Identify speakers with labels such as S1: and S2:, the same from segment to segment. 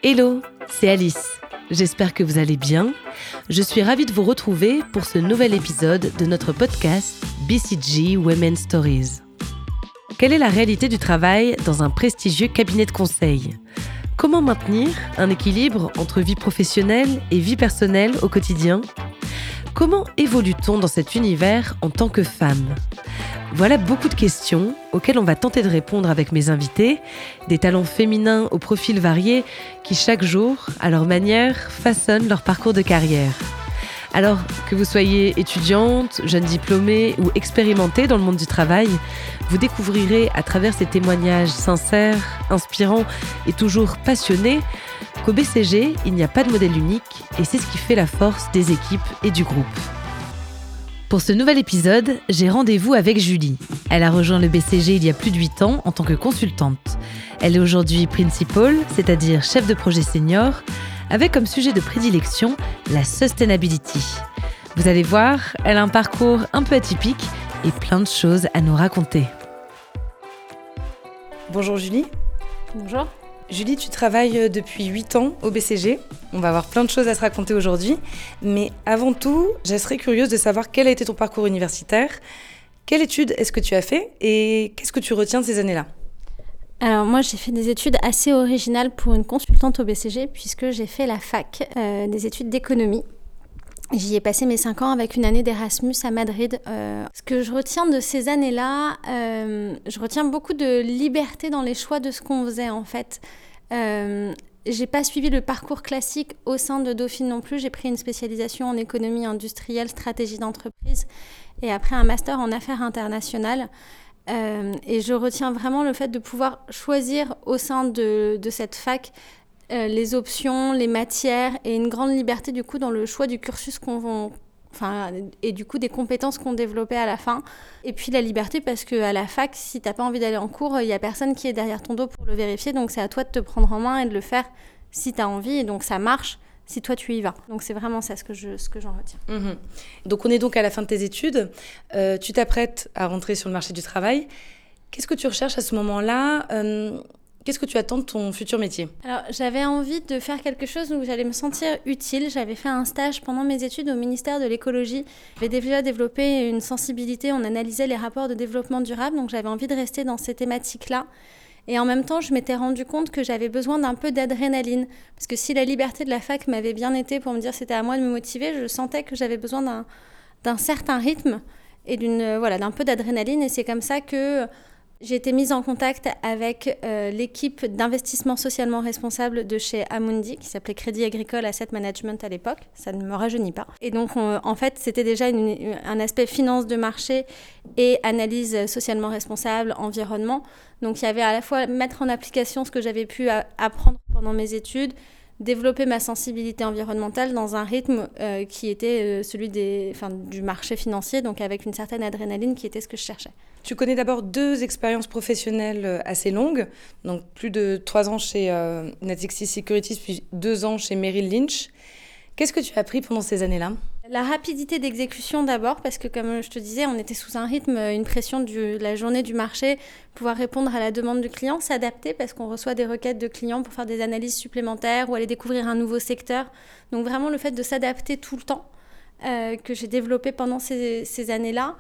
S1: Hello, c'est Alice. J'espère que vous allez bien. Je suis ravie de vous retrouver pour ce nouvel épisode de notre podcast BCG Women's Stories. Quelle est la réalité du travail dans un prestigieux cabinet de conseil ? Comment maintenir un équilibre entre vie professionnelle et vie personnelle au quotidien ? Comment évolue-t-on dans cet univers en tant que femme ? Voilà beaucoup de questions auxquelles on va tenter de répondre avec mes invités, des talents féminins aux profils variés qui chaque jour, à leur manière, façonnent leur parcours de carrière. Alors que vous soyez étudiante, jeune diplômée ou expérimentée dans le monde du travail, vous découvrirez à travers ces témoignages sincères, inspirants et toujours passionnés qu'au BCG, il n'y a pas de modèle unique et c'est ce qui fait la force des équipes et du groupe. Pour ce nouvel épisode, j'ai rendez-vous avec Julie. Elle a rejoint le BCG il y a plus de 8 ans en tant que consultante. Elle est aujourd'hui principal, c'est-à-dire chef de projet senior, avec comme sujet de prédilection la sustainability. Vous allez voir, elle a un parcours un peu atypique et plein de choses à nous raconter. Bonjour Julie.
S2: Bonjour.
S1: Julie, tu travailles depuis 8 ans au BCG. On va avoir plein de choses à se raconter aujourd'hui. Mais avant tout, je serais curieuse de savoir quel a été ton parcours universitaire. Quelle étude est-ce que tu as fait et qu'est-ce que tu retiens de ces années-là ?
S2: Alors moi, j'ai fait des études assez originales pour une consultante au BCG puisque j'ai fait la fac des études d'économie. J'y ai passé mes 5 ans avec une année d'Erasmus à Madrid. Ce que je retiens de ces années-là, je retiens beaucoup de liberté dans les choix de ce qu'on faisait en fait. J'ai pas suivi le parcours classique au sein de Dauphine non plus. J'ai pris une spécialisation en économie industrielle, stratégie d'entreprise et après un master en affaires internationales. Et je retiens vraiment le fait de pouvoir choisir au sein de cette fac les options, les matières et une grande liberté du coup dans le choix du cursus et du coup des compétences qu'on développait à la fin. Et puis la liberté parce qu'à la fac, si t'as pas envie d'aller en cours, il y a personne qui est derrière ton dos pour le vérifier, donc c'est à toi de te prendre en main et de le faire si t'as envie, et donc ça marche si toi tu y vas. Donc c'est vraiment ça ce que j'en retiens.
S1: Mmh. Donc on est donc à la fin de tes études, tu t'apprêtes à rentrer sur le marché du travail. Qu'est-ce que tu recherches à ce moment-là ? Qu'est-ce que tu attends de ton futur métier ?
S2: Alors, j'avais envie de faire quelque chose où j'allais me sentir utile. J'avais fait un stage pendant mes études au ministère de l'écologie. J'avais déjà développé une sensibilité, on analysait les rapports de développement durable, donc j'avais envie de rester dans ces thématiques-là. Et en même temps, je m'étais rendu compte que j'avais besoin d'un peu d'adrénaline. Parce que si la liberté de la fac m'avait bien été pour me dire que c'était à moi de me motiver, je sentais que j'avais besoin d'un certain rythme et d'un peu d'adrénaline. Et c'est comme ça que j'ai été mise en contact avec l'équipe d'investissement socialement responsable de chez Amundi, qui s'appelait Crédit Agricole Asset Management à l'époque. Ça ne me rajeunit pas. Et donc, en fait, c'était déjà un aspect finance de marché et analyse socialement responsable, environnement. Donc, il y avait à la fois mettre en application ce que j'avais pu apprendre pendant mes études, développer ma sensibilité environnementale dans un rythme qui était celui du marché financier, donc avec une certaine adrénaline qui était ce que je cherchais.
S1: Tu connais d'abord 2 expériences professionnelles assez longues, donc plus de 3 ans chez Natixis Securities, puis 2 ans chez Merrill Lynch. Qu'est-ce que tu as appris pendant ces années-là ?
S2: La rapidité d'exécution d'abord, parce que comme je te disais, on était sous un rythme, une pression de la journée du marché, pouvoir répondre à la demande du client, s'adapter parce qu'on reçoit des requêtes de clients pour faire des analyses supplémentaires ou aller découvrir un nouveau secteur. Donc vraiment le fait de s'adapter tout le temps que j'ai développé pendant ces années-là,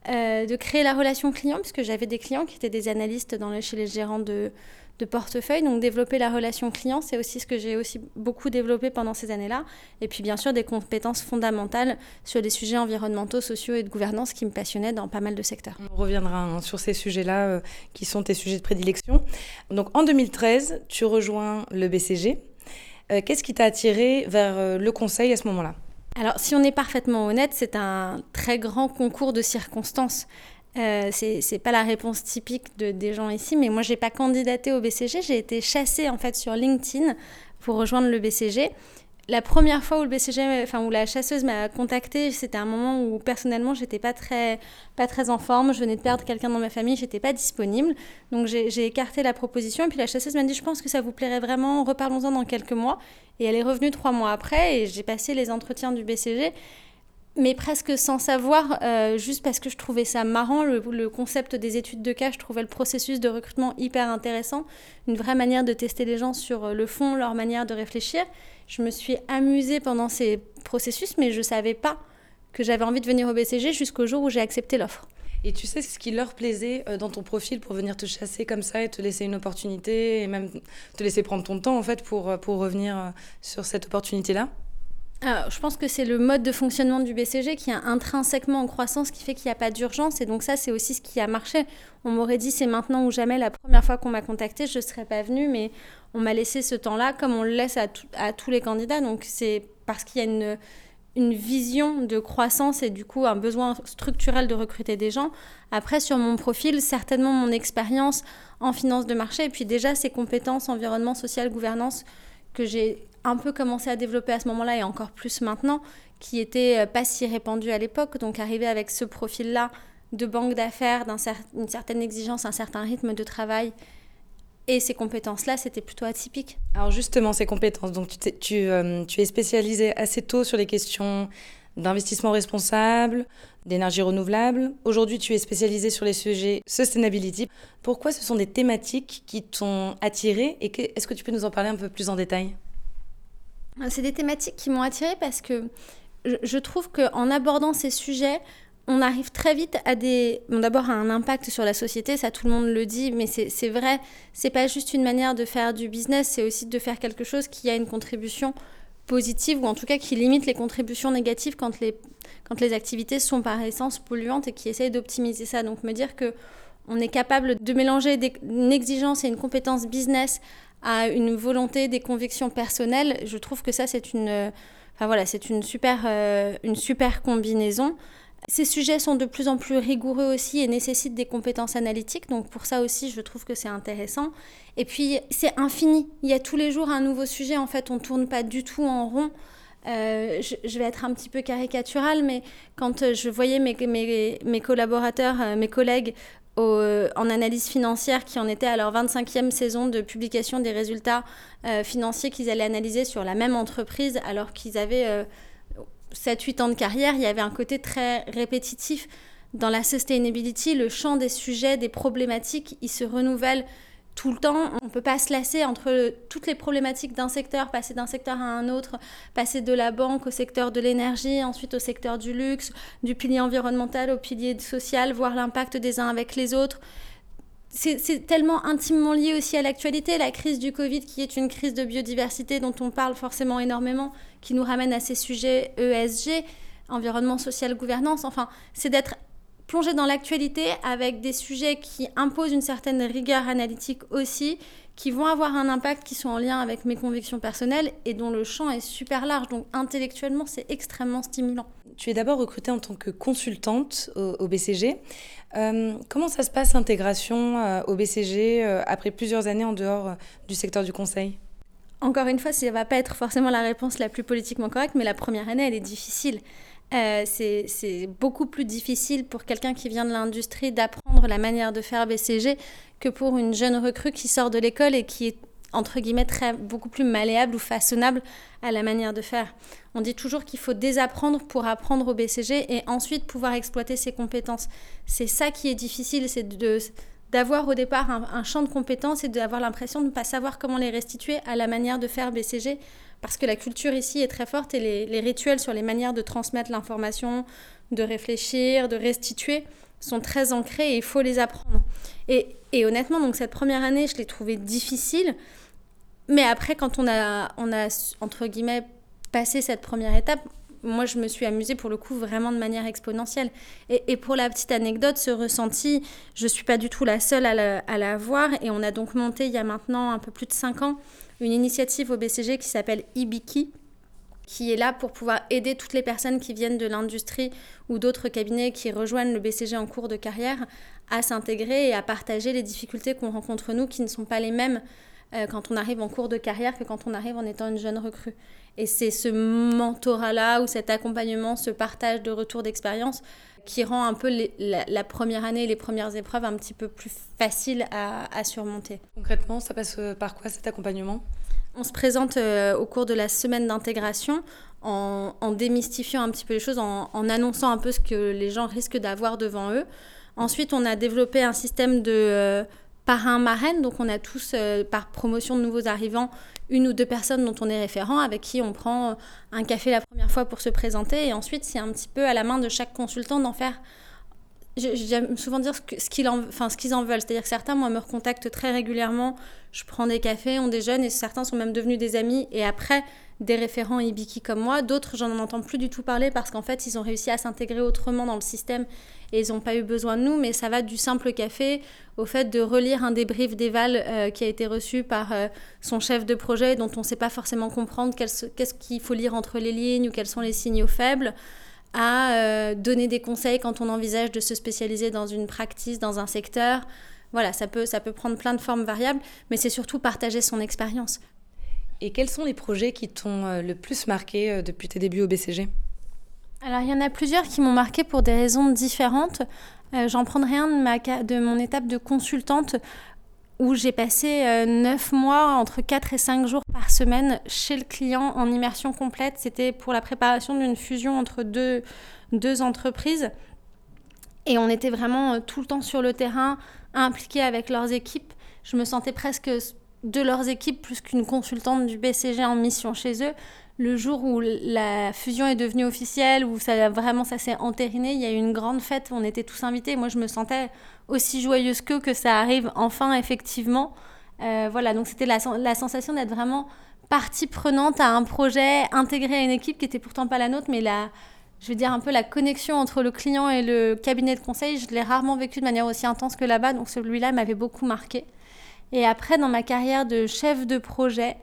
S2: de créer la relation client, puisque j'avais des clients qui étaient des analystes chez les gérants de portefeuille. Donc développer la relation client, c'est aussi ce que j'ai aussi beaucoup développé pendant ces années-là. Et puis bien sûr des compétences fondamentales sur les sujets environnementaux, sociaux et de gouvernance qui me passionnaient dans pas mal de secteurs.
S1: On reviendra sur ces sujets-là qui sont tes sujets de prédilection. Donc en 2013, tu rejoins le BCG. Qu'est-ce qui t'a attiré vers le conseil à ce moment-là ?
S2: Alors si on est parfaitement honnête, c'est un très grand concours de circonstances. C'est pas la réponse typique des gens ici, mais moi j'ai pas candidaté au BCG, j'ai été chassée en fait sur LinkedIn pour rejoindre le BCG. La première fois où où la chasseuse m'a contactée, c'était un moment où personnellement j'étais pas très en forme, je venais de perdre quelqu'un dans ma famille, j'étais pas disponible, donc j'ai écarté la proposition. Et puis la chasseuse m'a dit je pense que ça vous plairait vraiment, reparlons-en dans quelques mois. Et elle est revenue 3 mois après et j'ai passé les entretiens du BCG. mais presque sans savoir, juste parce que je trouvais ça marrant, le concept des études de cas, je trouvais le processus de recrutement hyper intéressant, une vraie manière de tester les gens sur le fond, leur manière de réfléchir. Je me suis amusée pendant ces processus, mais je ne savais pas que j'avais envie de venir au BCG jusqu'au jour où j'ai accepté l'offre.
S1: Et tu sais ce qui leur plaisait dans ton profil pour venir te chasser comme ça et te laisser une opportunité et même te laisser prendre ton temps en fait pour revenir sur cette opportunité-là?
S2: Alors, je pense que c'est le mode de fonctionnement du BCG qui est intrinsèquement en croissance, qui fait qu'il n'y a pas d'urgence. Et donc ça, c'est aussi ce qui a marché. On m'aurait dit c'est maintenant ou jamais. La première fois qu'on m'a contactée, je ne serais pas venue, mais on m'a laissé ce temps-là comme on le laisse à tous les candidats. Donc c'est parce qu'il y a une vision de croissance et du coup un besoin structurel de recruter des gens. Après, sur mon profil, certainement mon expérience en finance de marché et puis déjà ces compétences environnement, social, gouvernance que j'ai un peu commencé à développer à ce moment-là et encore plus maintenant, qui n'étaient pas si répandues à l'époque. Donc arriver avec ce profil-là de banque d'affaires, d'une certaine exigence, un certain rythme de travail et ces compétences-là, c'était plutôt atypique.
S1: Alors justement, ces compétences, donc tu es spécialisée assez tôt sur les questions d'investissement responsable, d'énergie renouvelable. Aujourd'hui, tu es spécialisée sur les sujets sustainability. Pourquoi ce sont des thématiques qui t'ont attirée et est-ce que tu peux nous en parler un peu plus en détail ?
S2: C'est des thématiques qui m'ont attirée parce que je trouve qu'en abordant ces sujets, on arrive très vite à d'abord à un impact sur la société, ça tout le monde le dit, mais c'est vrai, c'est pas juste une manière de faire du business, c'est aussi de faire quelque chose qui a une contribution positive ou en tout cas qui limite les contributions négatives quand les activités sont par essence polluantes et qui essayent d'optimiser ça. Donc me dire qu'on est capable de mélanger une exigence et une compétence business à une volonté, des convictions personnelles, je trouve que ça c'est une super combinaison. Ces sujets sont de plus en plus rigoureux aussi et nécessitent des compétences analytiques. Donc pour ça aussi, je trouve que c'est intéressant. Et puis, c'est infini. Il y a tous les jours un nouveau sujet. En fait, on ne tourne pas du tout en rond. Je vais être un petit peu caricaturale, mais quand je voyais mes collaborateurs, mes collègues en analyse financière qui en étaient à leur 25e saison de publication des résultats financiers qu'ils allaient analyser sur la même entreprise alors qu'ils avaient 7-8 ans de carrière, il y avait un côté très répétitif. Dans la sustainability, le champ des sujets, des problématiques, il se renouvelle tout le temps. On ne peut pas se lasser entre toutes les problématiques d'un secteur, passer d'un secteur à un autre, passer de la banque au secteur de l'énergie, ensuite au secteur du luxe, du pilier environnemental au pilier social, voir l'impact des uns avec les autres. C'est tellement intimement lié aussi à l'actualité, la crise du Covid qui est une crise de biodiversité dont on parle forcément énormément, qui nous ramène à ces sujets ESG, environnement, social, gouvernance. Enfin, c'est d'être plongé dans l'actualité avec des sujets qui imposent une certaine rigueur analytique aussi, qui vont avoir un impact, qui sont en lien avec mes convictions personnelles et dont le champ est super large. Donc intellectuellement, c'est extrêmement stimulant.
S1: Tu es d'abord recrutée en tant que consultante au BCG. Comment ça se passe l'intégration au BCG après plusieurs années en dehors du secteur du conseil ?
S2: Encore une fois, ça ne va pas être forcément la réponse la plus politiquement correcte, mais la première année, elle est difficile. C'est beaucoup plus difficile pour quelqu'un qui vient de l'industrie d'apprendre la manière de faire BCG que pour une jeune recrue qui sort de l'école et qui est entre guillemets beaucoup plus malléable ou façonnable à la manière de faire. On dit toujours qu'il faut désapprendre pour apprendre au BCG et ensuite pouvoir exploiter ses compétences. C'est ça qui est difficile, c'est d'avoir au départ un champ de compétences et d'avoir l'impression de ne pas savoir comment les restituer à la manière de faire BCG parce que la culture ici est très forte et les rituels sur les manières de transmettre l'information, de réfléchir, de restituer sont très ancrés et il faut les apprendre. Et honnêtement, donc cette première année, je l'ai trouvée difficile. Mais après, quand on a entre guillemets, passé cette première étape, moi, je me suis amusée pour le coup vraiment de manière exponentielle. Et pour la petite anecdote, ce ressenti, je ne suis pas du tout la seule à l'avoir. Et on a donc monté, il y a maintenant un peu plus de 5 ans, une initiative au BCG qui s'appelle Ibiki, qui est là pour pouvoir aider toutes les personnes qui viennent de l'industrie ou d'autres cabinets qui rejoignent le BCG en cours de carrière à s'intégrer et à partager les difficultés qu'on rencontre nous qui ne sont pas les mêmes quand on arrive en cours de carrière que quand on arrive en étant une jeune recrue. Et c'est ce mentorat-là ou cet accompagnement, ce partage de retour d'expérience qui rend un peu la première année et les premières épreuves un petit peu plus faciles à surmonter.
S1: Concrètement, ça passe par quoi cet accompagnement ?
S2: On se présente au cours de la semaine d'intégration en démystifiant un petit peu les choses, en annonçant un peu ce que les gens risquent d'avoir devant eux. Ensuite, on a développé un système de parrain-marraine. Donc, on a tous, par promotion de nouveaux arrivants, 1 ou 2 personnes dont on est référent, avec qui on prend un café la première fois pour se présenter. Et ensuite, c'est un petit peu à la main de chaque consultant d'en faire... J'aime souvent dire ce qu'ils en veulent. C'est-à-dire que certains, moi, me recontactent très régulièrement. Je prends des cafés, on déjeune, et certains sont même devenus des amis. Et après, des référents Ibiki comme moi. D'autres, j'en entends plus du tout parler parce qu'en fait, ils ont réussi à s'intégrer autrement dans le système et ils n'ont pas eu besoin de nous. Mais ça va du simple café au fait de relire un débrief d'Eval qui a été reçu par son chef de projet, dont on ne sait pas forcément comprendre qu'est-ce qu'il faut lire entre les lignes ou quels sont les signaux faibles, à donner des conseils quand on envisage de se spécialiser dans une practice, dans un secteur. Voilà, ça peut prendre plein de formes variables, mais c'est surtout partager son expérience.
S1: Et quels sont les projets qui t'ont le plus marqué depuis tes débuts au BCG ?
S2: Alors, il y en a plusieurs qui m'ont marqué pour des raisons différentes. J'en prendrai un de mon étape de consultante où j'ai passé 9 mois, entre 4 et 5 jours par semaine chez le client en immersion complète. C'était pour la préparation d'une fusion entre deux entreprises. Et on était vraiment tout le temps sur le terrain, impliqués avec leurs équipes. Je me sentais presque de leurs équipes plus qu'une consultante du BCG en mission chez eux. Le jour où la fusion est devenue officielle, où ça s'est entériné, il y a eu une grande fête, on était tous invités. Moi, je me sentais aussi joyeuse qu'eux, que ça arrive enfin, effectivement. Voilà, donc c'était la sensation d'être vraiment partie prenante à un projet, intégrée à une équipe qui n'était pourtant pas la nôtre, mais je veux dire un peu la connexion entre le client et le cabinet de conseil, je l'ai rarement vécu de manière aussi intense que là-bas, donc celui-là m'avait beaucoup marqué. Et après, dans ma carrière de chef de projet,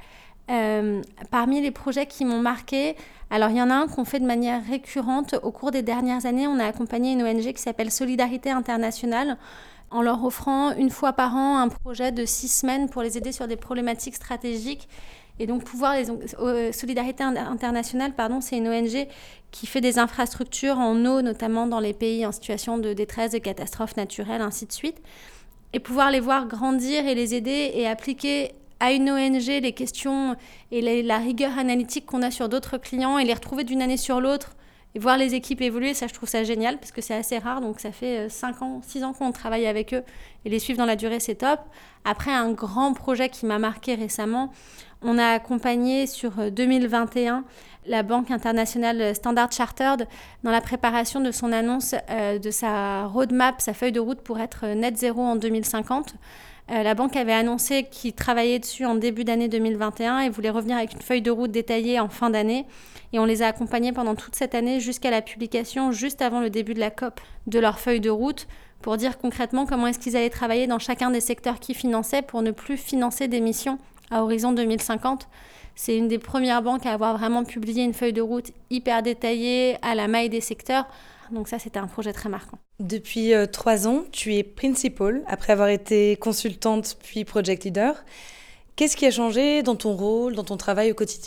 S2: parmi les projets qui m'ont marqué, alors il y en a un qu'on fait de manière récurrente. Au cours des dernières années, on a accompagné une ONG qui s'appelle Solidarité Internationale en leur offrant 1 fois par an un projet de 6 semaines pour les aider sur des problématiques stratégiques. Et donc Solidarité Internationale, c'est une ONG qui fait des infrastructures en eau, notamment dans les pays en situation de détresse, de catastrophes naturelles, ainsi de suite. Et pouvoir les voir grandir et les aider et appliquer à une ONG les questions et la rigueur analytique qu'on a sur d'autres clients et les retrouver d'une année sur l'autre et voir les équipes évoluer, ça je trouve ça génial parce que c'est assez rare, donc ça fait 6 ans qu'on travaille avec eux et les suivre dans la durée c'est top. Après un grand projet qui m'a marqué récemment, on a accompagné sur 2021 la Banque internationale Standard Chartered dans la préparation de son annonce de sa roadmap, sa feuille de route pour être net zéro en 2050. La banque avait annoncé qu'ils travaillaient dessus en début d'année 2021 et voulait revenir avec une feuille de route détaillée en fin d'année. Et on les a accompagnés pendant toute cette année jusqu'à la publication, juste avant le début de la COP, de leur feuille de route pour dire concrètement comment est-ce qu'ils allaient travailler dans chacun des secteurs qu'ils finançaient pour ne plus financer des missions à horizon 2050. C'est une des premières banques à avoir vraiment publié une feuille de route hyper détaillée à la maille des secteurs. Donc ça, c'était un projet très marquant.
S1: Depuis 3 ans, tu es principal, après avoir été consultante puis project leader. Qu'est-ce qui a changé dans ton rôle, dans ton travail au quotidien ?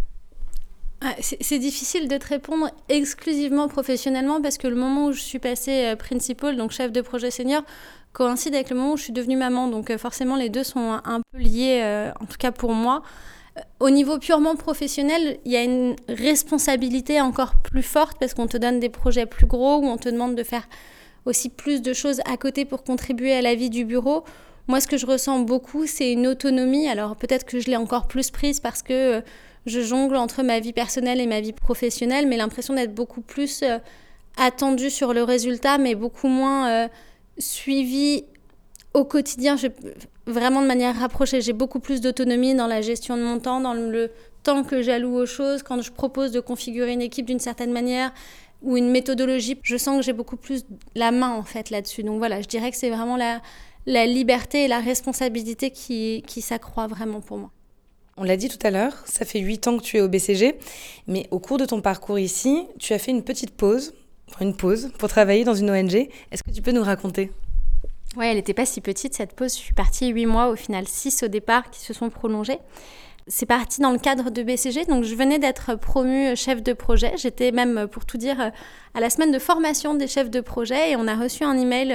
S2: C'est difficile de te répondre exclusivement professionnellement parce que le moment où je suis passée principal, donc chef de projet senior, coïncide avec le moment où je suis devenue maman. Donc forcément, les deux sont un peu liés, en tout cas pour moi. Au niveau purement professionnel, il y a une responsabilité encore plus forte parce qu'on te donne des projets plus gros où on te demande de faire aussi plus de choses à côté pour contribuer à la vie du bureau. Moi, ce que je ressens beaucoup, c'est une autonomie. Alors peut-être que je l'ai encore plus prise parce que je jongle entre ma vie personnelle et ma vie professionnelle, mais l'impression d'être beaucoup plus attendue sur le résultat, mais beaucoup moins suivie au quotidien. Vraiment de manière rapprochée. J'ai beaucoup plus d'autonomie dans la gestion de mon temps, dans le temps que j'alloue aux choses. Quand je propose de configurer une équipe d'une certaine manière ou une méthodologie, je sens que j'ai beaucoup plus la main en fait là-dessus. Donc voilà, je dirais que c'est vraiment la liberté et la responsabilité qui s'accroît vraiment pour moi.
S1: On l'a dit tout à l'heure, ça fait 8 ans que tu es au BCG, mais au cours de ton parcours ici, tu as fait une pause pour travailler dans une ONG. Est-ce que tu peux nous raconter ?
S2: Oui, elle n'était pas si petite cette pause. Je suis partie 8 mois, au final 6 au départ qui se sont prolongés. C'est parti dans le cadre de BCG, donc je venais d'être promue chef de projet. J'étais même, pour tout dire, à la semaine de formation des chefs de projet et on a reçu un email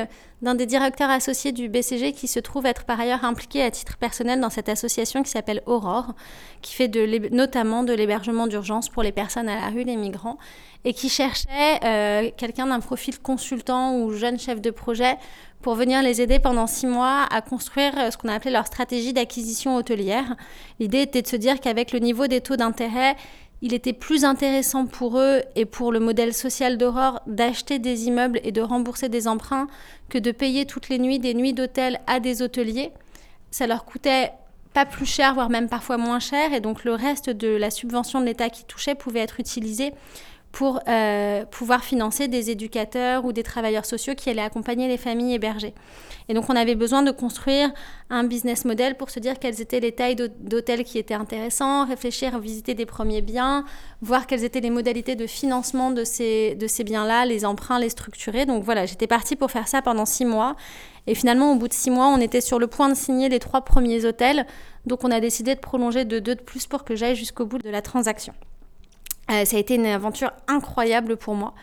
S2: d'un des directeurs associés du BCG qui se trouve être par ailleurs impliqué à titre personnel dans cette association qui s'appelle Aurore, qui fait notamment de l'hébergement d'urgence pour les personnes à la rue, les migrants, et qui cherchait quelqu'un d'un profil consultant ou jeune chef de projet pour venir les aider pendant 6 mois à construire ce qu'on a appelé leur stratégie d'acquisition hôtelière. L'idée était de se dire qu'avec le niveau des taux d'intérêt, il était plus intéressant pour eux et pour le modèle social d'Aurore d'acheter des immeubles et de rembourser des emprunts que de payer toutes les nuits des nuits d'hôtel à des hôteliers. Ça leur coûtait pas plus cher, voire même parfois moins cher, et donc le reste de la subvention de l'État qui touchait pouvait être utilisé pour pouvoir financer des éducateurs ou des travailleurs sociaux qui allaient accompagner les familles hébergées. Et donc on avait besoin de construire un business model pour se dire quelles étaient les tailles d'hôtels qui étaient intéressants, réfléchir, visiter des premiers biens, voir quelles étaient les modalités de financement de ces biens-là, les emprunts, les structurer. Donc voilà, j'étais partie pour faire ça pendant 6 mois. Et finalement, au bout de 6 mois, on était sur le point de signer les 3 premiers hôtels. Donc on a décidé de prolonger de 2 de plus pour que j'aille jusqu'au bout de la transaction. Ça a été une aventure incroyable pour moi.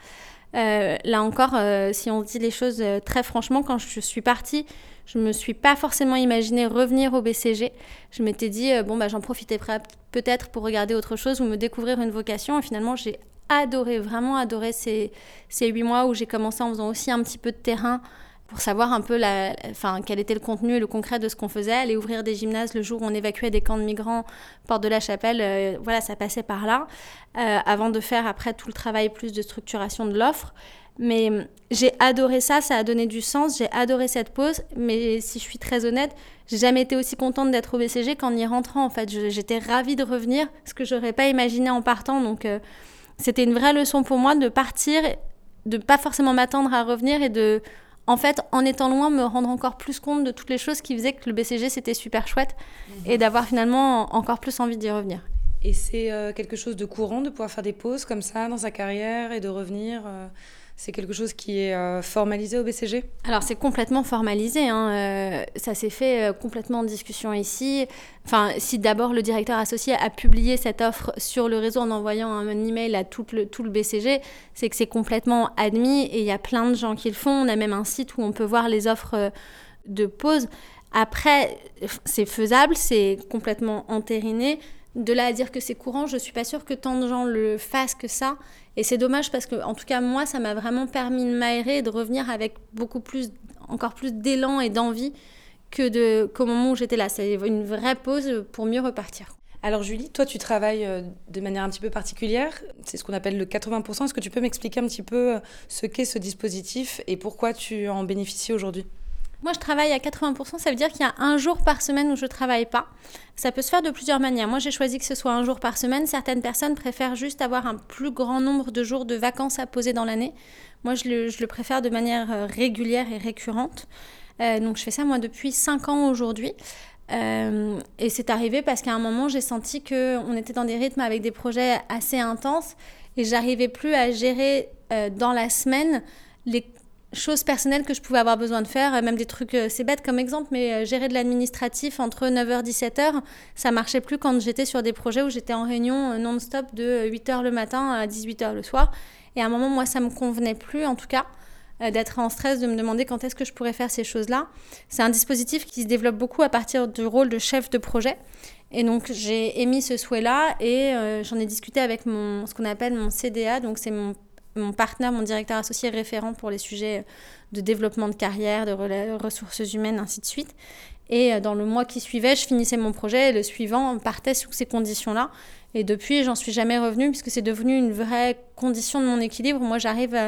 S2: Là encore, si on dit les choses très franchement, quand je suis partie, je ne me suis pas forcément imaginé revenir au BCG. Je m'étais dit, j'en profiterai peut-être pour regarder autre chose ou me découvrir une vocation. Et finalement, j'ai vraiment adoré ces 8 mois où j'ai commencé en faisant aussi un petit peu de terrain pour savoir un peu quel était le contenu et le concret de ce qu'on faisait. Aller ouvrir des gymnases le jour où on évacuait des camps de migrants, Porte de la Chapelle, ça passait par là, avant de faire après tout le travail plus de structuration de l'offre. Mais j'ai adoré ça a donné du sens, j'ai adoré cette pause, mais si je suis très honnête, j'ai jamais été aussi contente d'être au BCG qu'en y rentrant. En fait, j'étais ravie de revenir, ce que j'aurais pas imaginé en partant. Donc c'était une vraie leçon pour moi de partir, de pas forcément m'attendre à revenir et de... En fait, en étant loin, me rendre encore plus compte de toutes les choses qui faisaient que le BCG, c'était super chouette et d'avoir finalement encore plus envie d'y revenir.
S3: Et c'est quelque chose de courant de pouvoir faire des pauses comme ça dans sa carrière et de revenir c'est quelque chose qui est formalisé au BCG ?
S2: Alors, c'est complètement formalisé. Ça s'est fait complètement en discussion ici. Enfin, si d'abord le directeur associé a publié cette offre sur le réseau en envoyant un email à tout le BCG, c'est que c'est complètement admis et il y a plein de gens qui le font. On a même un site où on peut voir les offres de pause. Après, c'est faisable, c'est complètement entériné. De là à dire que c'est courant, je ne suis pas sûre que tant de gens le fassent que ça. Et c'est dommage parce que, en tout cas, moi, ça m'a vraiment permis de m'aérer et de revenir avec encore plus d'élan et d'envie qu'au moment où j'étais là. C'est une vraie pause pour mieux repartir.
S3: Alors Julie, toi tu travailles de manière un petit peu particulière, c'est ce qu'on appelle le 80%. Est-ce que tu peux m'expliquer un petit peu ce qu'est ce dispositif et pourquoi tu en bénéficies aujourd'hui ?
S2: Moi, je travaille à 80%, ça veut dire qu'il y a un jour par semaine où je ne travaille pas. Ça peut se faire de plusieurs manières. Moi, j'ai choisi que ce soit un jour par semaine. Certaines personnes préfèrent juste avoir un plus grand nombre de jours de vacances à poser dans l'année. Moi, je le préfère de manière régulière et récurrente. Donc, je fais ça, moi, depuis 5 ans aujourd'hui. Et c'est arrivé parce qu'à un moment, j'ai senti qu'on était dans des rythmes avec des projets assez intenses et j'arrivais plus à gérer dans la semaine les choses personnelles que je pouvais avoir besoin de faire, même des trucs, c'est bête comme exemple, mais gérer de l'administratif entre 9h et 17h, ça marchait plus quand j'étais sur des projets où j'étais en réunion non-stop de 8h le matin à 18h le soir. Et à un moment, moi, ça me convenait plus, en tout cas, d'être en stress, de me demander quand est-ce que je pourrais faire ces choses-là. C'est un dispositif qui se développe beaucoup à partir du rôle de chef de projet. Et donc, j'ai émis ce souhait-là et j'en ai discuté avec ce qu'on appelle mon CDA, donc c'est mon partenaire, mon directeur associé référent pour les sujets de développement de carrière, de ressources humaines, ainsi de suite. Et dans le mois qui suivait, je finissais mon projet et le suivant partait sous ces conditions-là. Et depuis, j'en suis jamais revenue puisque c'est devenu une vraie condition de mon équilibre. Moi,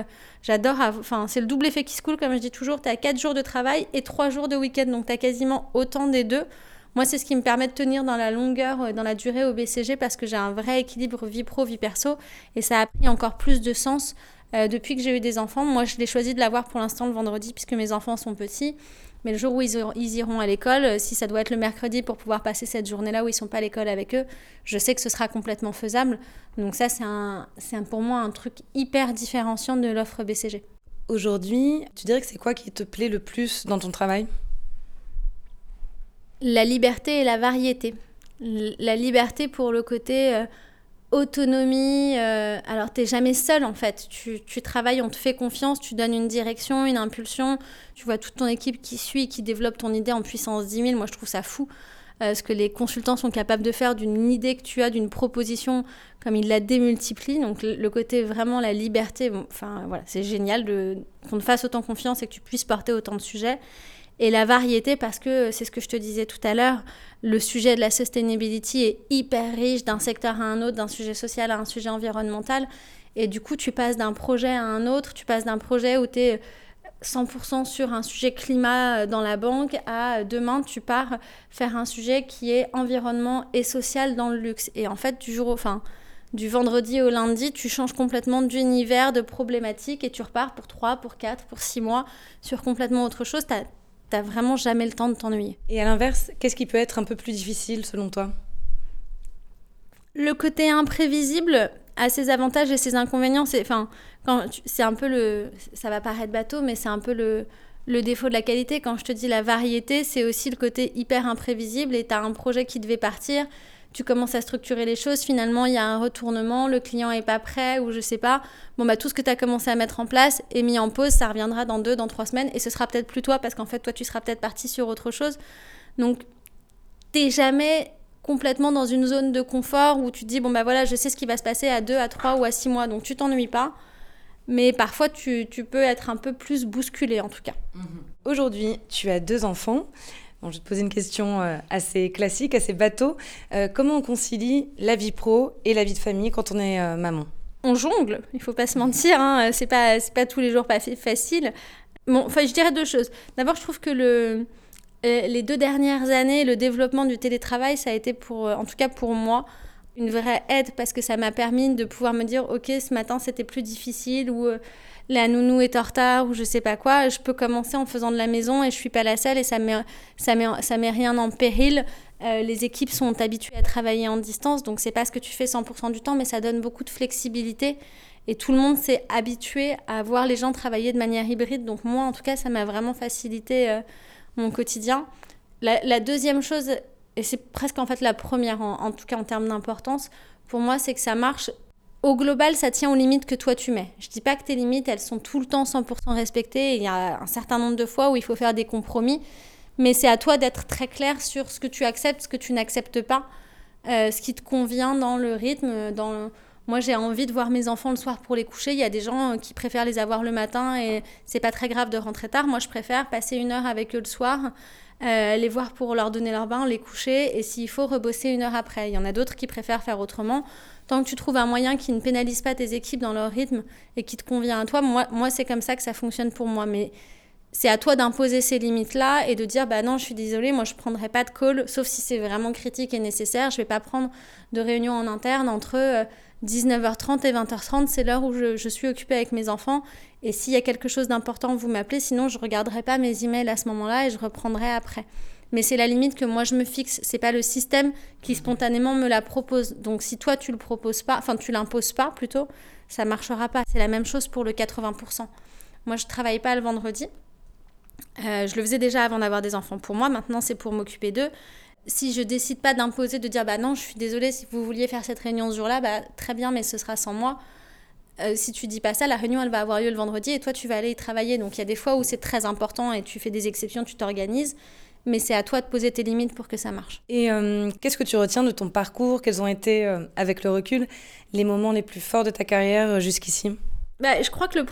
S2: c'est le double effet qui se coule, comme je dis toujours. Tu as 4 jours de travail et 3 jours de week-end, donc tu as quasiment autant des deux. Moi, c'est ce qui me permet de tenir dans la longueur, dans la durée au BCG parce que j'ai un vrai équilibre vie pro, vie perso. Et ça a pris encore plus de sens depuis que j'ai eu des enfants. Moi, je l'ai choisi de l'avoir pour l'instant le vendredi puisque mes enfants sont petits. Mais le jour où ils iront à l'école, si ça doit être le mercredi pour pouvoir passer cette journée-là où ils ne sont pas à l'école avec eux, je sais que ce sera complètement faisable. Donc ça, c'est pour moi un truc hyper différenciant de l'offre BCG.
S3: Aujourd'hui, tu dirais que c'est quoi qui te plaît le plus dans ton travail ?
S2: La liberté et la variété. La liberté pour le côté autonomie. Alors, t'es jamais seul, en fait. Tu travailles, on te fait confiance, tu donnes une direction, une impulsion. Tu vois toute ton équipe qui suit, qui développe ton idée en puissance 10 000. Moi, je trouve ça fou. Ce que les consultants sont capables de faire d'une idée que tu as, d'une proposition, comme ils la démultiplient. Donc, le côté vraiment la liberté, voilà, c'est génial qu'on te fasse autant confiance et que tu puisses porter autant de sujets. Et la variété, parce que c'est ce que je te disais tout à l'heure, le sujet de la sustainability est hyper riche d'un secteur à un autre, d'un sujet social à un sujet environnemental. Et du coup, tu passes d'un projet à un autre, tu passes d'un projet où tu es 100% sur un sujet climat dans la banque à demain, tu pars faire un sujet qui est environnement et social dans le luxe. Et en fait, du vendredi au lundi, tu changes complètement d'univers, de problématiques et tu repars pour 3, pour 4, pour 6 mois sur complètement autre chose. T'as vraiment jamais le temps de t'ennuyer.
S3: Et à l'inverse, qu'est-ce qui peut être un peu plus difficile selon toi ?
S2: Le côté imprévisible a ses avantages et ses inconvénients. C'est un peu ça va paraître bateau, mais c'est un peu le défaut de la qualité. Quand je te dis la variété, c'est aussi le côté hyper imprévisible et tu as un projet qui devait partir. Tu commences à structurer les choses, finalement il y a un retournement, le client est pas prêt ou je sais pas. Tout ce que tu as commencé à mettre en place est mis en pause, ça reviendra dans 2, dans 3 semaines et ce sera peut-être plus toi parce qu'en fait toi tu seras peut-être parti sur autre chose. Donc t'es jamais complètement dans une zone de confort où tu te dis voilà, je sais ce qui va se passer à 2, à 3 ou à 6 mois, donc tu t'ennuies pas. Mais parfois tu peux être un peu plus bousculé en tout cas.
S3: Aujourd'hui, tu as 2 enfants. Bon, je vais te poser une question assez classique, assez bateau. Comment on concilie la vie pro et la vie de famille quand on est maman ?
S2: On jongle, il faut pas se mentir, hein. C'est pas tous les jours pas facile. Je dirais 2 choses. D'abord, je trouve que les 2 dernières années, le développement du télétravail, ça a été en tout cas pour moi, une vraie aide parce que ça m'a permis de pouvoir me dire ok, ce matin c'était plus difficile ou la nounou est en retard ou je sais pas quoi, je peux commencer en faisant de la maison et je suis pas la seule et ça met rien en péril. Les équipes sont habituées à travailler en distance, donc c'est pas ce que tu fais 100% du temps, mais ça donne beaucoup de flexibilité et tout le monde s'est habitué à voir les gens travailler de manière hybride. Donc moi en tout cas ça m'a vraiment facilité mon quotidien. La deuxième chose, et c'est presque en fait la première en tout cas en termes d'importance, pour moi c'est que ça marche. Au global, ça tient aux limites que toi tu mets. Je dis pas que tes limites, elles sont tout le temps 100% respectées. Il y a un certain nombre de fois où il faut faire des compromis. Mais c'est à toi d'être très clair sur ce que tu acceptes, ce que tu n'acceptes pas, ce qui te convient dans le rythme. Moi, j'ai envie de voir mes enfants le soir pour les coucher. Il y a des gens qui préfèrent les avoir le matin et c'est pas très grave de rentrer tard. Moi, je préfère passer 1 heure avec eux le soir, les voir pour leur donner leur bain, les coucher et s'il faut, rebosser 1 heure après. Il y en a d'autres qui préfèrent faire autrement. Tant que tu trouves un moyen qui ne pénalise pas tes équipes dans leur rythme et qui te convient à toi, moi c'est comme ça que ça fonctionne pour moi. Mais c'est à toi d'imposer ces limites-là et de dire non, je suis désolée, moi je ne prendrai pas de call, sauf si c'est vraiment critique et nécessaire. Je ne vais pas prendre de réunion en interne entre 19h30 et 20h30, c'est l'heure où je suis occupée avec mes enfants. Et s'il y a quelque chose d'important, vous m'appelez, sinon je ne regarderai pas mes emails à ce moment-là et je reprendrai après. Mais c'est la limite que moi je me fixe, c'est pas le système qui spontanément me la propose. Donc si toi tu le proposes pas, tu l'imposes pas plutôt, ça marchera pas. C'est la même chose pour le 80%. Moi je travaille pas le vendredi. Je le faisais déjà avant d'avoir des enfants pour moi, maintenant c'est pour m'occuper d'eux. Si je décide pas d'imposer, de dire non, je suis désolée, si vous vouliez faire cette réunion ce jour-là, très bien, mais ce sera sans moi. Si tu dis pas ça, la réunion elle va avoir lieu le vendredi et toi tu vas aller y travailler. Donc il y a des fois où c'est très important et tu fais des exceptions, tu t'organises. Mais c'est à toi de poser tes limites pour que ça marche.
S3: Et qu'est-ce que tu retiens de ton parcours ? Quels ont été, avec le recul, les moments les plus forts de ta carrière jusqu'ici ?
S2: Je crois que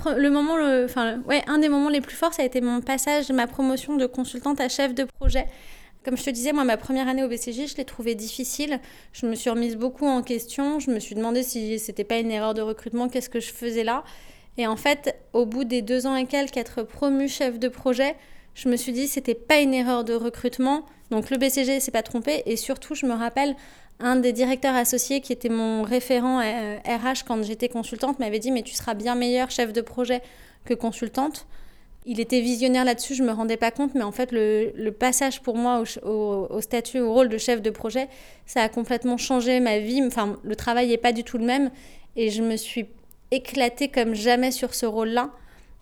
S2: un des moments les plus forts, ça a été mon passage, ma promotion de consultante à chef de projet. Comme je te disais, moi, ma première année au BCG, je l'ai trouvée difficile. Je me suis remise beaucoup en question. Je me suis demandé si c'était pas une erreur de recrutement, qu'est-ce que je faisais là ? Et en fait, au bout des 2 ans et quelques, être promue chef de projet, je me suis dit c'était pas une erreur de recrutement. Donc le BCG s'est pas trompé. Et surtout, je me rappelle, un des directeurs associés qui était mon référent RH quand j'étais consultante m'avait dit mais tu seras bien meilleure chef de projet que consultante. Il était visionnaire là-dessus, je me rendais pas compte, mais en fait le passage pour moi au statut, au rôle de chef de projet, ça a complètement changé ma vie. Enfin, le travail est pas du tout le même et je me suis éclatée comme jamais sur ce rôle-là.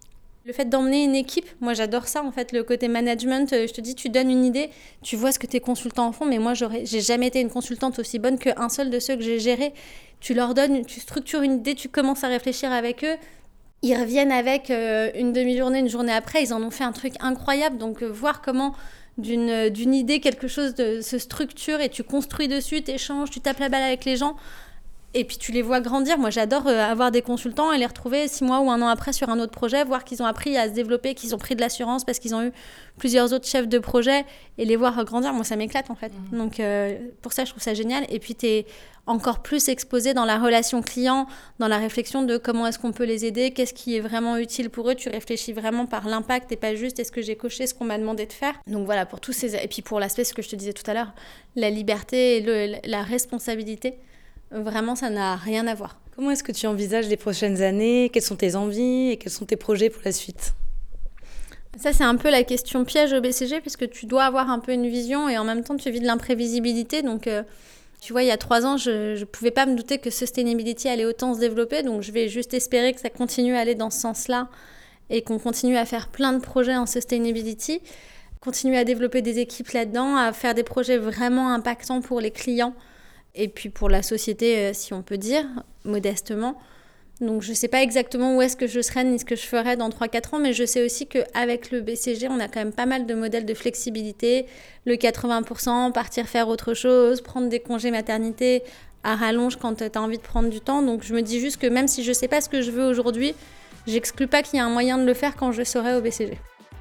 S2: Le fait d'emmener une équipe, moi j'adore ça en fait, le côté management. Je te dis, tu donnes une idée, tu vois ce que tes consultants en font, mais moi j'ai jamais été une consultante aussi bonne qu'un seul de ceux que j'ai gérés. Tu leur donnes, tu structures une idée, tu commences à réfléchir avec eux. Ils reviennent avec une demi-journée, une journée après, ils en ont fait un truc incroyable. Donc voir comment d'une idée quelque chose se structure et tu construis dessus, t'échanges, tu tapes la balle avec les gens. Et puis tu les vois grandir. Moi, j'adore avoir des consultants et les retrouver 6 mois ou 1 an après sur un autre projet, voir qu'ils ont appris à se développer, qu'ils ont pris de l'assurance parce qu'ils ont eu plusieurs autres chefs de projet et les voir grandir. Moi, ça m'éclate en fait. Donc pour ça, je trouve ça génial. Et puis, tu es encore plus exposé dans la relation client, dans la réflexion de comment est-ce qu'on peut les aider, qu'est-ce qui est vraiment utile pour eux. Tu réfléchis vraiment par l'impact et pas juste est-ce que j'ai coché ce qu'on m'a demandé de faire. Donc voilà, pour tous ces... Et puis pour l'aspect, ce que je te disais tout à l'heure, la liberté et la responsabilité. Vraiment, ça n'a rien à voir.
S3: Comment est-ce que tu envisages les prochaines années ? Quelles sont tes envies et quels sont tes projets pour la suite ?
S2: Ça, c'est un peu la question piège au BCG, puisque tu dois avoir un peu une vision et en même temps, tu vis de l'imprévisibilité. Donc, tu vois, il y a 3 ans, je ne pouvais pas me douter que Sustainability allait autant se développer. Donc, je vais juste espérer que ça continue à aller dans ce sens-là et qu'on continue à faire plein de projets en Sustainability, continuer à développer des équipes là-dedans, à faire des projets vraiment impactants pour les clients. Et puis pour la société, si on peut dire, modestement. Donc je ne sais pas exactement où est-ce que je serai ni ce que je ferai dans 3-4 ans, mais je sais aussi qu'avec le BCG, on a quand même pas mal de modèles de flexibilité. Le 80%, partir faire autre chose, prendre des congés maternité à rallonge quand tu as envie de prendre du temps. Donc je me dis juste que même si je ne sais pas ce que je veux aujourd'hui, j'exclus pas qu'il y a un moyen de le faire quand je serai au BCG.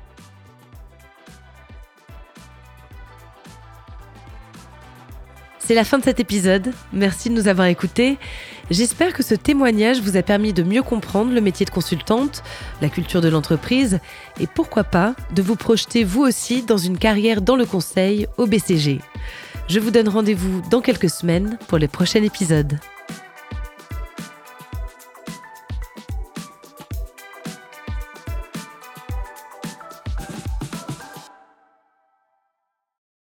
S1: C'est la fin de cet épisode. Merci de nous avoir écoutés. J'espère que ce témoignage vous a permis de mieux comprendre le métier de consultante, la culture de l'entreprise et pourquoi pas de vous projeter vous aussi dans une carrière dans le conseil au BCG. Je vous donne rendez-vous dans quelques semaines pour les prochains épisodes.